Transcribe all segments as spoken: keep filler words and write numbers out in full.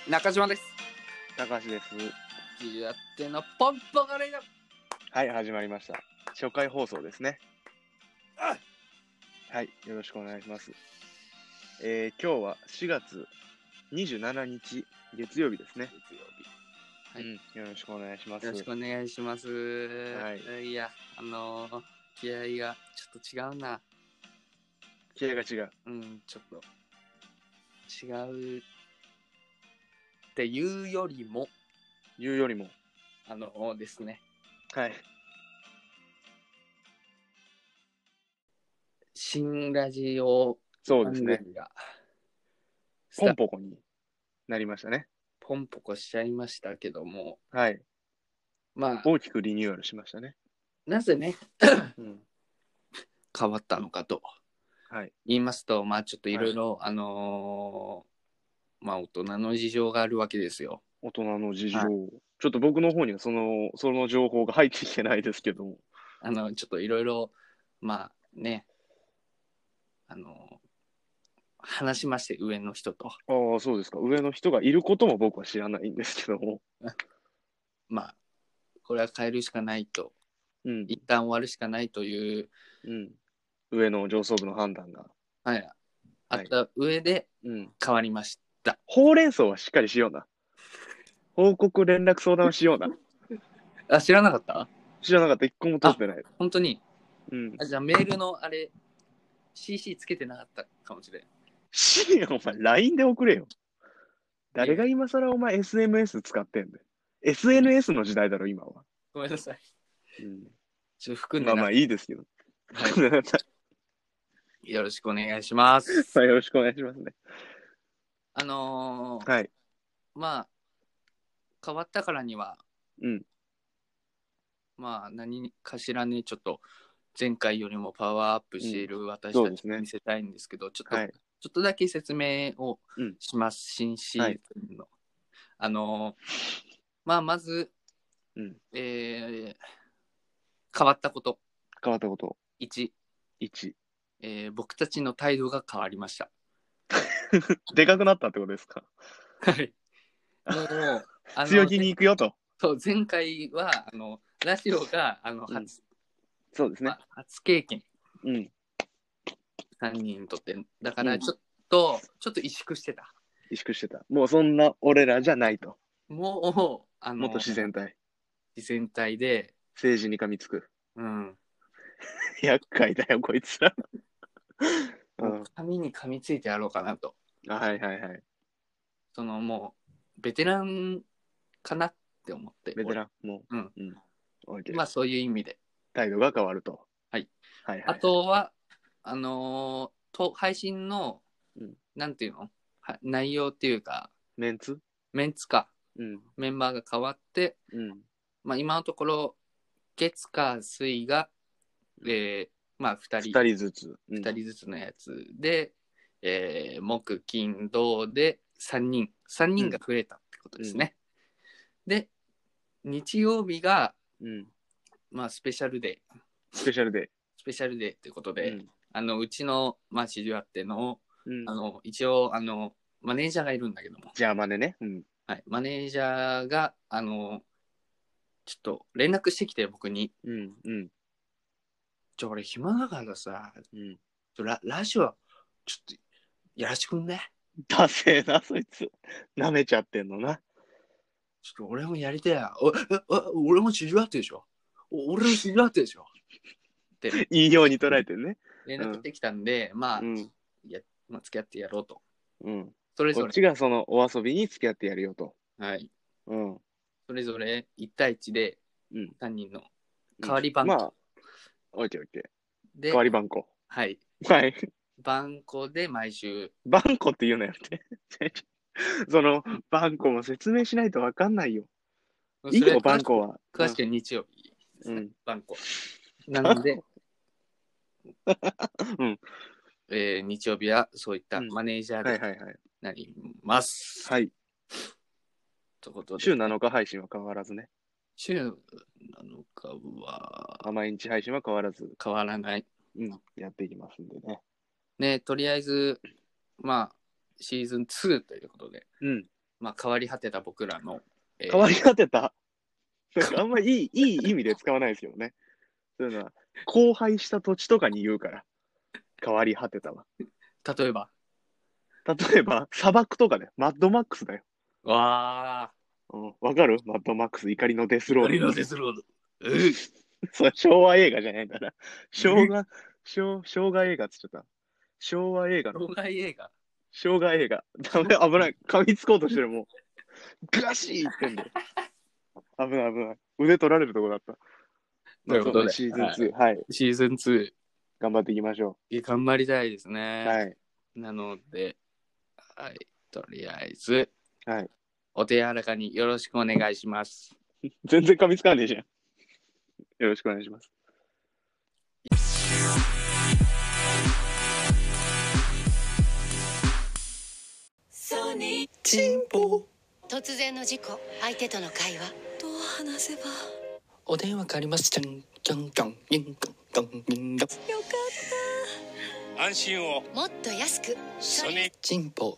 中島です。 高橋です。 やってのポンポカレイだ。 はい、始まりました。初回放送ですね。はい、よろしくお願いします。えー、今日はしがつにじゅうしちにち月曜日ですね。 月曜日。 はい、うん、よろしくお願いします。 よろしくお願いします。 はい。 いや、あのー、気合がちょっと違うな。 気合が違う。 うん、ちょっと違うっていうよりも、 言うよりも。 あのー、ですね。 はい。 新ラジオそうですね。 がポンポコになりましたね。 ポンポコしちゃいましたけども、 はい。 まあ、 大きくリニューアルしましたね。 なぜね、 うん、 変わったのかと。 はい。 言いますと、まあちょっといろいろ、あのー、まあ大人の事情があるわけですよ。 大人の事情、 はい、 ちょっと僕の方にはその、その情報が入ってきてないですけども。 あの、ちょっといろいろ、まあね、あのー、話しまして、上の人と。 ああ、そうですか。上の人がいることも僕は知らないんですけども。 まあ、これは変えるしかないと、 うん。 一旦終わるしかないという、 うん。上の上層部の判断が。 はい、あはい。 った上でうん。 変わりました。 ほうれん草はしっかりしような。報告連絡相談はしような。 あ、知らなかった？ 知らなかった。一個も通ってない。 本当に。 うん。 あ、じゃあメールのあれ、シーシー つけてなかったかもしれん。 し、お前 ライン で送れよ。誰がいえ今更お前 エスエヌエス 使ってんだよ。エスエヌエス の時代だろ、今は。 ごめんなさい。 うん。 ちょっと含んまあまでな。 あいいですけど。 はい。よろしくお願いします。 よろしくお願いしますね。 あのー、 はい。 まあ、変わったからには、 うん。 まあ、何かしらね、ちょっと前回よりもパワーアップしている私たちをそうですね。 見せたいんですけど、ちょっと、 はい。 ちょっとだけ説明をうん。 します。新シはい。 ーズンの。あのー、まあ、まず、 うん。 えー、変わったこと。 変わったこと。 いち、 いち。 えー、僕たちの態度が変わりました。 でかくなったってことですか？ はい。もう、あの、 強気に行くよと。 そう、前回は、あの、ラジオが、あの、 うん初、 そうですね。 まあ、初経験。 うん。 さんにんにとって。だかうんら、ちょっと、ちょっと萎縮してた。 萎縮してた。もうそんな俺らじゃないと。 もう、あもっとの、 自然体。 自然体で、 政治に噛みつく。 うん。 厄介だよ、こいつら。うもう、 ん。 髪に噛みついてやろうかなと。 あ、はいはいはい。 その、もう、ベテランかなって思って。 ベテラン、も俺うん。 う。うん。オッケー。 まあ、そういう意味で。 態度が変わると。 はい。 はいはい、 あはい。 とは、あのーと、配信の、 うん、 なんていうのは内容っていうか、 メンツメンツか。 うん。 メンバーが変わって、 うん。 まあ、今のところ、月火水が、えー、まあ、二人、 二人ずつ。 二、うん、人ずつのやつで、えー、木、金、土で三人、三人が増えたってことですね。うん、で、日曜日が、うん、まあ、スペシャルデー。 スペシャルデー。 スペシャルデーってことで、うん、あの、うちの、まあ、知り合っての、うん、あの、一応、あの、マネージャーがいるんだけども。 じゃあ、マネね。うん。 はい。マネージャーが、あの、ちょっと連絡してきて、僕に。 うん、うん。 ちょ、俺暇だからさ、 うん、 ラ, ラジオ、ちょっと、やらしてくんね。 ダセーな、そいつ。舐めちゃってんのな。 ちょっと俺もやりたいや。おお俺も知り合ってるでしょ。俺も知り合ってるでしょ。って。 いいように捉えてるね。 連絡してきたんで、うん、まあ、うん、や、まあ、付き合ってやろうと。 うん。 それぞれ。 こっちがそのお遊びに付き合ってやるよと。 はい。 うん。 それぞれいち対いちで、さんにんの代わり番号。 番号。 まあ、オッケーオッケー。 で、 代わり番号。 はい。 はい。 番号で毎週。 番号って言うなよって。その、番号も説明しないと分かんないよ。いいよ、番号は。 詳しくは日曜日ですね。 うん、 番号。なので、 うん。 えー、日曜日はそういったマネージャーでなります。 はい。 ということで、 週なのか配信は変わらずね。 週なのかは、 毎日配信は変わらず。 変わらない。 うん。やっていきますんでね。 ね、とりあえず、まあ、シーズンツーということで。 うん。 まあ変わり果てた僕らの、 えー、変わり果てたなんかあんまいい、いい意味で使わないですけどね。そういうのは、荒廃した土地とかに言うから。変わり果てたわ。 例えば例えば、砂漠とかで、マッドマックスだよ。 わー。うん、わかるマッドマックス、怒りのデスロード。 怒りのデスロード。うそう、昭和映画じゃないんだな。昭和、昭昭和映画っつっちゃった。昭和映画の。 障害映画。 昭和映画。ダメ、危ない。噛みつこうとしてる、もう。ガシーってんで。危ない、危ない。腕取られるとこだった。 ということで、 シーズンツー、はい、はい。 シーズンツー。 頑張っていきましょう。頑張りたいですね。 はい。 なので、はい、とりあえず、 はい。 お手柔らかによろしくお願いします。 全然噛みつかんねえじゃん。よろしくお願いします。 ソニーチンポ。突然の事故、相手との会話どう話せば。お電話かかります。ちゃんちゃんちゃんギンガンガンギンガン。よかった。安心をもっと安く。ソニーチンポ。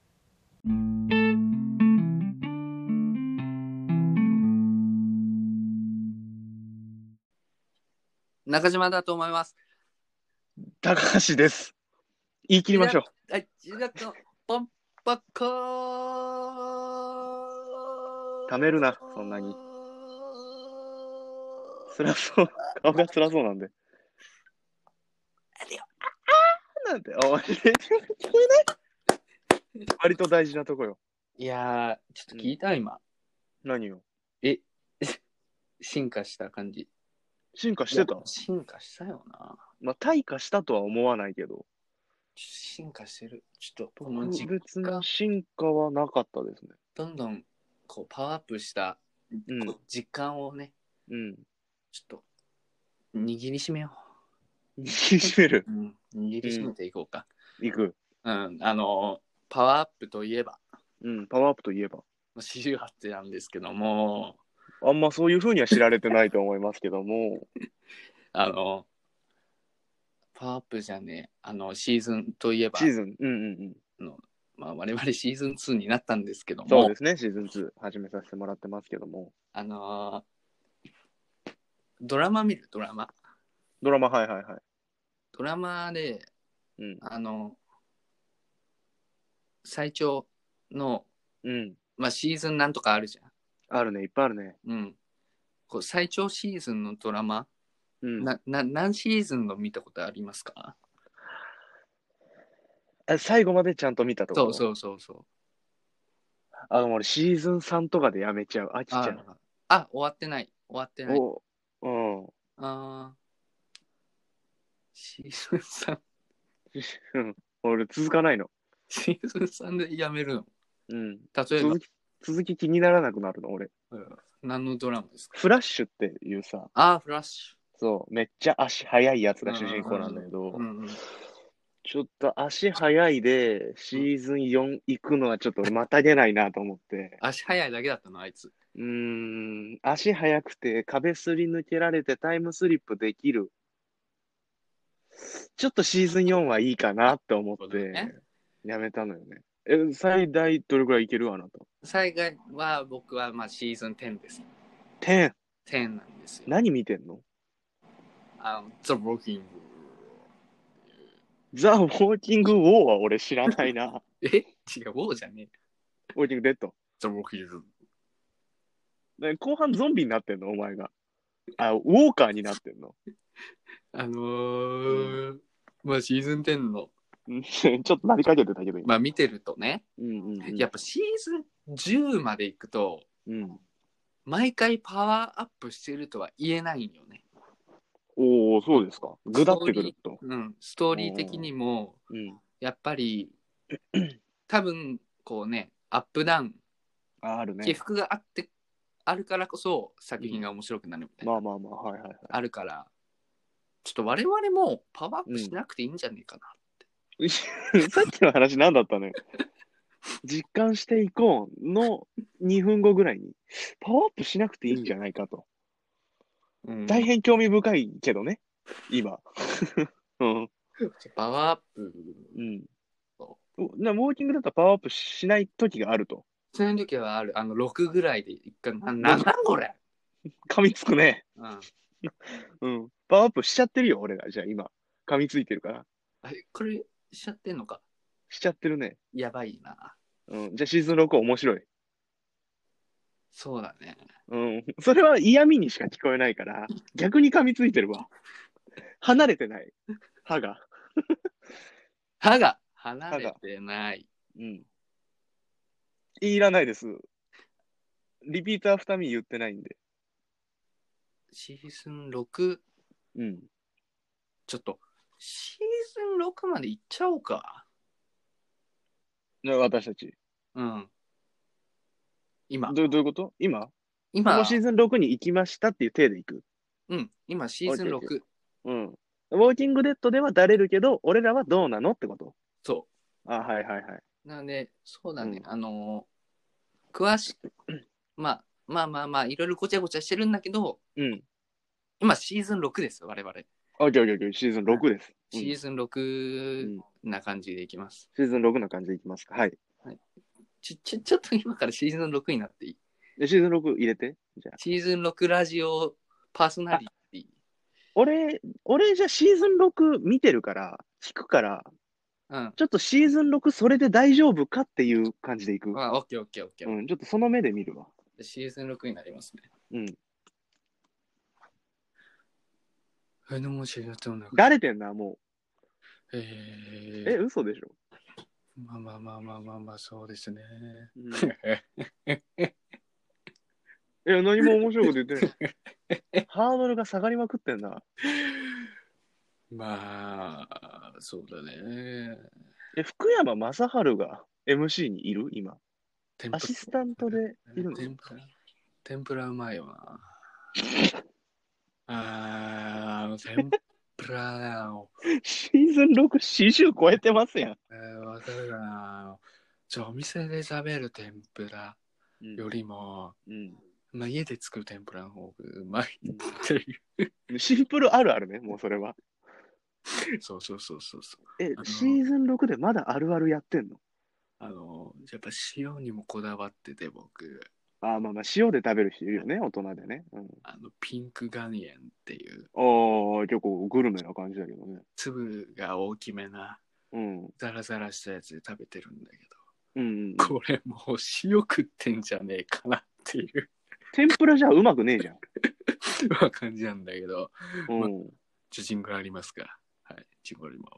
中島だと思います。 高橋です。言い切りましょう。 はい、じゅうがつのポンポコー。ためるな、そんなに。辛そう。顔が辛そうなんで。あーなんて、あ、マジで聞こえない割と大事なとこよ。 いやー、ちょっと聞いた、うん、今。 何よ。 え、進化した感じ。 進化してた？ 進化したよな。 まあ、退化したとは思わないけど。 進化してる。ちょっと、 特別な進化はなかったですね。 どんどん、こう、パワーアップした、うん、実感をね、 うん。 ちょっと、握りしめよう。握りしめる、 うん、握りしめていこうか。 うん、いく。 うん、あの、パワーアップといえば。 うん、パワーアップといえば。 四十八手なんですけども。 あんまそういう風には知られてないと思いますけども。 あの、パワーアップじゃね、あの、シーズンといえば。 シーズン、うんうんうん。のまあ、我々シーズンツーになったんですけども。 そうですね、シーズンツー始めさせてもらってますけども。 あのー、ドラマ見るドラマ。 ドラマ、はいはいはい。 ドラマで、 うん、 あの、最長の、 うん、 まあ、シーズンなんとかあるじゃん。 あるね、いっぱいあるね。 うん。こう最長シーズンのドラマ、 うん、 なな何シーズンの見たことありますか？ 最後までちゃんと見たところ。 そうそうそうそう。 あの、俺シーズンさんとかでやめちゃう。飽きちゃう。 あ、あ終わってない。終わってない。 お、うん。 あシーズンさん。 俺続かないの。 シーズンさんでやめるの？ うん。 例えば続き、続き気にならなくなるの、俺。 うん、何のドラマですか？ フラッシュっていうさ。 ああ、フラッシュ。 そう、めっちゃ足速いやつが主人公なんだけど、うんうん、ちょっと足速いでシーズンよん行くのはちょっと俺またげないなと思って。 足速いだけだったのあいつ。 うーん、足速くて壁すり抜けられてタイムスリップできる。ちょっとシーズンよんはいいかなって思ってやめたのよね。え、最大どれくらいいけるあなた？ 最大は僕はまあシーズンじゅうです。 じゅう？ じゅうなんですよ。 何見てんの？ あの、The Walking The Walking War は俺知らないな。 え違う、ウォーじゃねえ。 Walking Dead。 The Walking Dead。後半ゾンビになってんのお前が。あ、ウォーカーになってんの？ あのー、うん、まあシーズンじゅうのちょっとなりかけてたけど今。 まあ見てるとね、 うんうんうん、 やっぱシーズンじゅうまで行くと、 うん、 毎回パワーアップしてるとは言えないよね。 おお、そうですか。ぐだってくると。 うん、ストーリー的にも、うん、やっぱり多分こうね、アップダウン、 あるね、 起伏があってあるからこそ作品が面白くなるみたいな、 うん、まあまあまあ、はいはいはい、 あるから、ちょっと我々もパワーアップしなくていいんじゃねえかなって、 うん、さっきの話何だったのよ。実感していこうのにふんごぐらいにパワーアップしなくていいんじゃないかと、うん、大変興味深いけどね今、うん、 パワーアップ、 うん、なウォーキングだったらパワーアップしない時があると。 その時はある。あの、ろくぐらいで一回、な、なんだこれ噛みつくね。 うん。 うん。パワーアップしちゃってるよ、俺ら。じゃあ今。噛みついてるから。 あれ、これしちゃってんのか。 しちゃってるね。 やばいな。 うん。じゃあシーズンろくは面白い。 そうだね。 うん。それは嫌味にしか聞こえないから、逆に噛みついてるわ。離れてない。歯が。 歯が離れてない。 うん。いらないです。リピートアフターミー言ってないんで。 シーズンろく。 うん。 ちょっと、シーズンろくまで行っちゃおうか。 ね、私たち。 うん。今。 どうどういうこと今今。 もうシーズンろくに行きましたっていう体で行く。 うん。今、シーズンろく。 うん。ウォーキングデッドではだれるけど、俺らはどうなのってこと。 そう。 あ、はいはいはい。 なんで、そうだね。 うん、 あのー、詳しく、まあ、まあまあまあ、いろいろごちゃごちゃしてるんだけど、 うん。 今、シーズンろくです、我々。 あ、OK、OK、シーズンろくです。 シーズンろくな感じでいきます。 シーズンろくな感じでいきますか。はい。 はい、ちょ、ちょ、ちょっと今からシーズンろくになっていい？ でシーズンろく入れて。じゃあ。 シーズンろくラジオパーソナリティ。 俺、俺じゃあシーズンろく見てるから、聞くから、うん、ちょっとシーズンろくそれで大丈夫かっていう感じでいく。 あ、オッケーオッケーオッケー。 うん、ちょっとその目で見るわ。 シーズンろくになりますね。 うん。 え、でも違ったんだ。 だれてんな、もう。えー、 え、嘘でしょ。 まあまあまあまあまあまあ、そうですね。うん、 え、何も面白いこと言ってない。ハードルが下がりまくってんな。 まあ、そうだね。 え、福山雅治が エムシー にいる今。アシスタントでいるの？ 天ぷら、天ぷらうまいよな。あー、天ぷらだよ。 シーズンろく、よんじゅう超えてますやん。 えー、わかるかな。じゃあ、お店で食べる天ぷらよりも、うん、まあ、家で作る天ぷらの方がうまいっていう。 シンプルあるあるね、もうそれは。 そうそうそうそうそう。 え、シーズンろくでまだあるあるやってんの？ あの、やっぱ塩にもこだわってて、僕。 ああ、まあまあ、塩で食べる人いるよね、大人でね。うん、 あの、ピンク岩塩っていう。 ああ、結構グルメな感じだけどね。 粒が大きめな、 うん、 ザラザラしたやつで食べてるんだけど。 うん、 これもう塩食ってんじゃねえかなっていう。 天ぷらじゃうまくねえじゃん。 は感じなんだけど。 うん。まあ、 ちょ、ジングルありますか？はい、ジングルあります。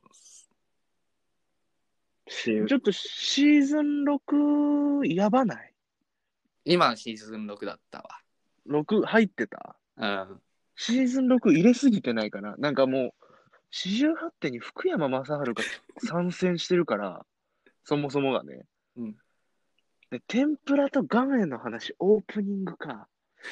ちょっとシーズンろくやばない？ 今シーズンろくだったわ。 ろく入ってた？ うん。 シーズンろく入れすぎてないかな？なんかもう、四十八手に福山雅治が参戦してるから、そもそもがね。 うん。 で、天ぷらと岩塩の話、オープニングか。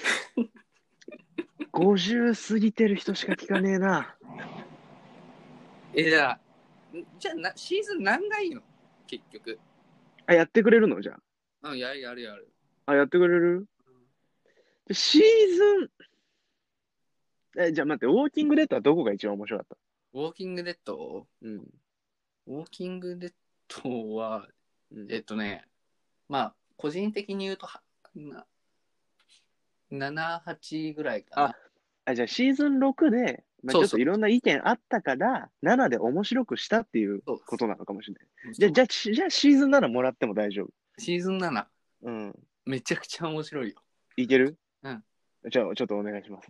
ごじゅう過ぎてる人しか聞かねえな。 え、じゃあ、じゃあな、シーズン何がいいの結局。 あ、やってくれるのじゃあ、やるやるやる。 あ。あ、やってくれる？でシーズン、え、じゃあ待って、ウォーキングデッドはどこが一番面白かった？ ウォーキングデッド？ うん。 ウォーキングデッドは、 うん、 えっとね、まあ、個人的に言うと、ななな、はちぐらいかな。 あ、あじゃあシーズンろくで、まあ、ちょっといろんな意見あったから、ななで面白くしたっていうことなのかもしれない。じゃあ、じゃあ、じゃあシーズンななもらっても大丈夫。 シーズンなな。 うん。 めちゃくちゃ面白いよ。 いける？ うん。 じゃあ、ちょっとお願いします。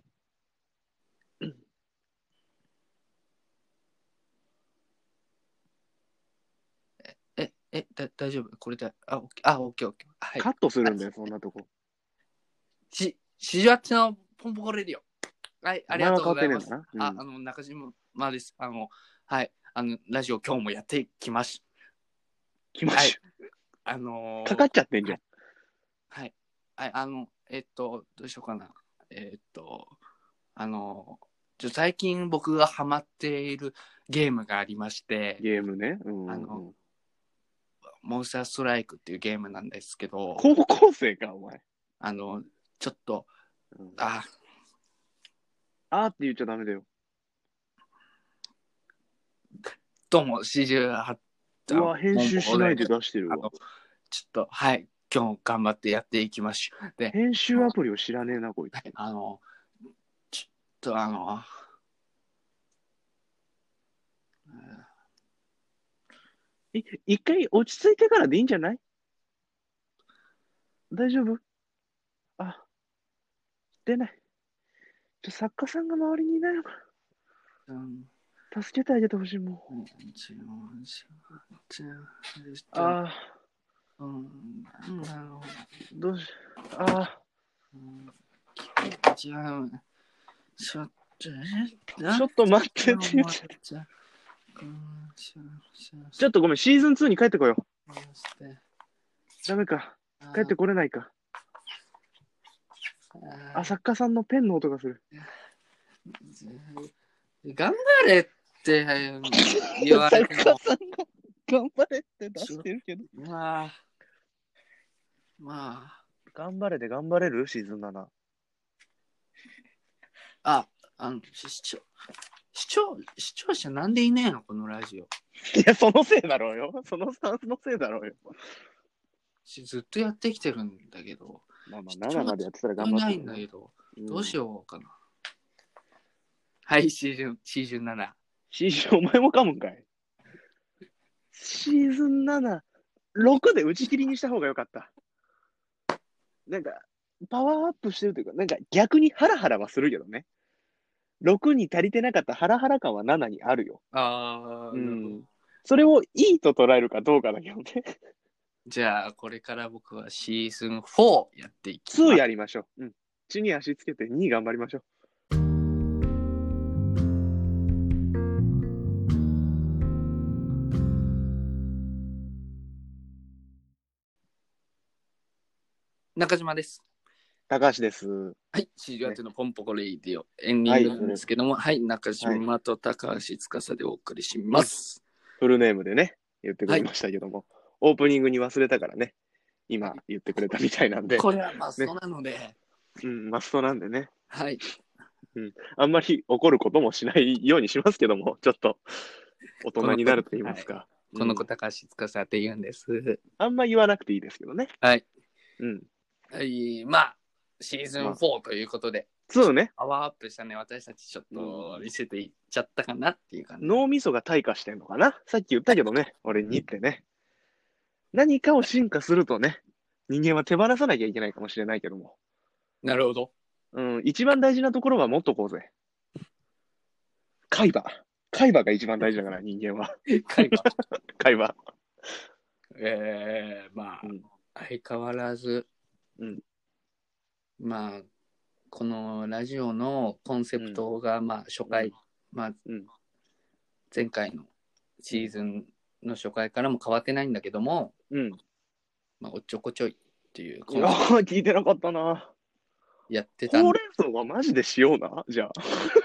え、え、だ大丈夫？これで、あ、オッケー、あ、オッケー、オッケー。はい。 カットするんだよ、そんなとこ。 し、しじわちのポンポコレディオ。はい、ありがとうございます。 うん、 あ、あの、中島です。あの、はい、あの、ラジオ今日もやってきまし。 きまし。 はい、あのー、 かかっちゃってんじゃん。 はい。はい、あの、えっと、どうしようかな。えっと、あの、ちょ最近僕がハマっているゲームがありまして、 ゲームね。うんうん、 あの、モンスターストライクっていうゲームなんですけど、 高校生か、お前。 あの、ちょっと、うん、あ、 あーって言っちゃダメだよ。 どうも、四十八。 うわ、編集しないで出してるわ。 ちょっと、はい。 今日頑張ってやっていきましょう。で、 編集アプリを知らねえな、こいつ。 あの、ちょっとあの、 い一回落ち着いてからでいいんじゃない？大丈夫？あ、出ない。ちょ、作家さんが周りにいないのかな。うん、助けてあげてほしい、もう。ああ。うん、どうし、ああ。ちょっと、ちょっと待ってって言って。ちょっとごめん、シーズンツーに帰ってこよう。ダメか。帰ってこれないか。あ、作家さんのペンの音がする。 頑張れって言われても。 作家さんが頑張れって出してるけど。 まあ。まあ。 頑張れで頑張れる？シーズンなな。 あ、あの、視聴、視聴、視聴者なんでいねえのこのラジオ。 いや、そのせいだろうよ。そのスタンスのせいだろうよ。 ずっとやってきてるんだけど。 まあまあ、ななまでやってたら頑張って、ね。 ないんだけど、どうしようかな。うん、はい、シーズン、シーズンなな。 シーズン、お前も噛むんかい。シーズンなな、ろくで打ち切りにした方がよかった。なんか、パワーアップしてるというか、なんか逆にハラハラはするけどね。ろくに足りてなかったハラハラ感はななにあるよ。 ああ、うん。 それをいいと捉えるかどうかだけどね。 じゃあ、これから僕はシーズンフォーやっていきます。 ツーやりましょう。うん。地に足つけてに頑張りましょう。 中島です。 高橋です。 はい、しがつのポンポコレイディオ、エンディングなんですけども、はい、はい、中島と高橋司でお送りします、 はい。フルネームでね、言ってくれましたけども、はい、オープニングに忘れたからね、今言ってくれたみたいなんで。 これはマストなので。ね、 うん、マストなんでね。 はい。 うん、あんまり怒ることもしないようにしますけども、ちょっと大人になると言いますか。 この子、高橋司って言うんです。 あんま言わなくていいですけどね。 はい。 うん。 はい、まあ、シーズンフォーということで。 そうね。 パワーアップしたね、私たちちょっと見せていっちゃったかなっていう感じ。 脳みそが退化してんのかな？さっき言ったけどね、俺にってね。何かを進化するとね、人間は手放さなきゃいけないかもしれないけども。 なるほど。 うん、一番大事なところは持っとこうぜ。海馬。海馬が一番大事だから、人間は。 海馬。 海馬。 えー、まあ、うん、相変わらず、 うん、 まあ、このラジオのコンセプトが、うん、まあ、初回、うん、まあ、うん、前回のシーズンの初回からも変わってないんだけども、うん、まあ、おっちょこちょいっていう。 いやー、聞いてなかったな。 やってたんほうれん草はマジでしような、じゃあ。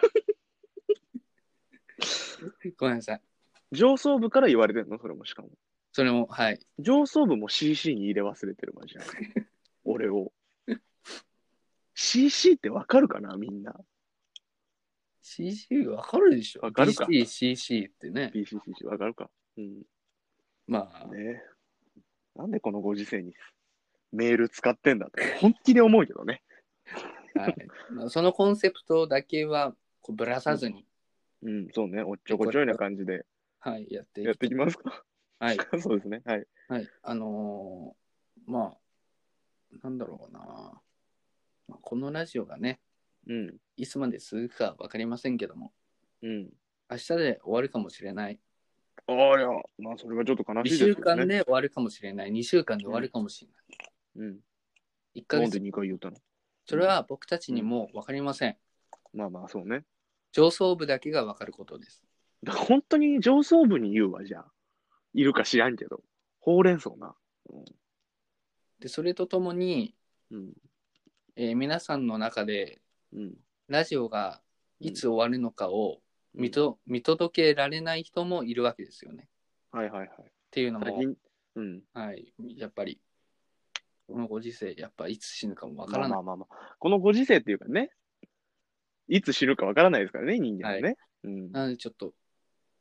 ごめんなさい。 上層部から言われてんの？それもしかも。 それも、はい。 上層部も シーシー に入れ忘れてるマジで。俺を。シーシー ってわかるかなみんな。 シーシー わかるでしょ。 わかるか。 ピーシー、シーシー ってね。 ピーシー、シーシー わかるか。うん。 まあ。 ね。なんでこのご時世にメール使ってんだって本気で思うけどね。 はい。まあ、そのコンセプトだけはこうぶらさずに、 うん。うん、そうね。おっちょこちょいな感じで。 はい、やってやっていきますか。 はい。 そうですね。はい。 はい。あのー、まあ、なんだろうな。まあ、このラジオがね、うん、いつまで続くか分かりませんけども、うん、明日で終わるかもしれない。 ああ、いや、まあ、それはちょっと悲しいですけどね。 いっしゅうかんで終わるかもしれない。にしゅうかんで終わるかもしれない。うん。いっかげつ。 なんでにかい言ったの？ それは僕たちにも分かりません。 うん、まあまあ、そうね。 上層部だけが分かることです。 だ本当に上層部に言うわ、じゃあ。いるか知らんけど。ほうれん草な。うん、 で、それとともに、うんえー、皆さんの中で、うん、ラジオがいつ終わるのかを見と、うん、見届けられない人もいるわけですよね。 はいはいはい。 っていうのも、うんはい、やっぱり、このご時世、やっぱいつ死ぬかもわからない。 まあまあまあまあ。このご時世っていうかね、いつ死ぬかわからないですからね、人間はね。はいうん、 なのでちょっと、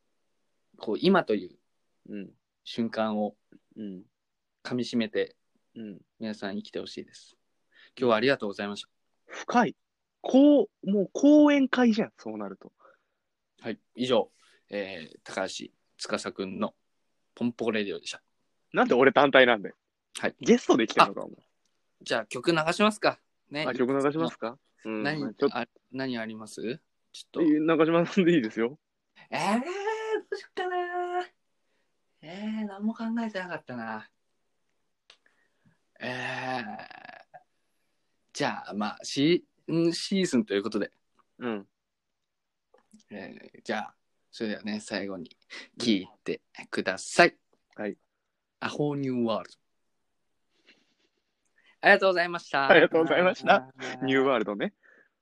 こう、今という瞬間を噛み締めてうん、皆さん生きてほしいです。今日はありがとうございました。 深い。こう、もう講演会じゃん、そうなると。 はい、以上、えー、高橋司くんのポンポコレディオでした。 なんで俺単体なんで。 はい。 ゲストで来てんのか、お前。 じゃあ曲流しますか。ね。 あ、曲流しますか。 うん、何、ちょあ何あります？ちょっと。 中島さんでいいですよ。 えー、どうしよっかな。えー、何も考えてなかったな。えー、じゃあ、まあ、シー、シーズンということで。 うん。 えー、じゃあ、それではね、最後に聞いてください。 はい。 A Whole New World。ありがとうございました。 ありがとうございました。ニューワールドね。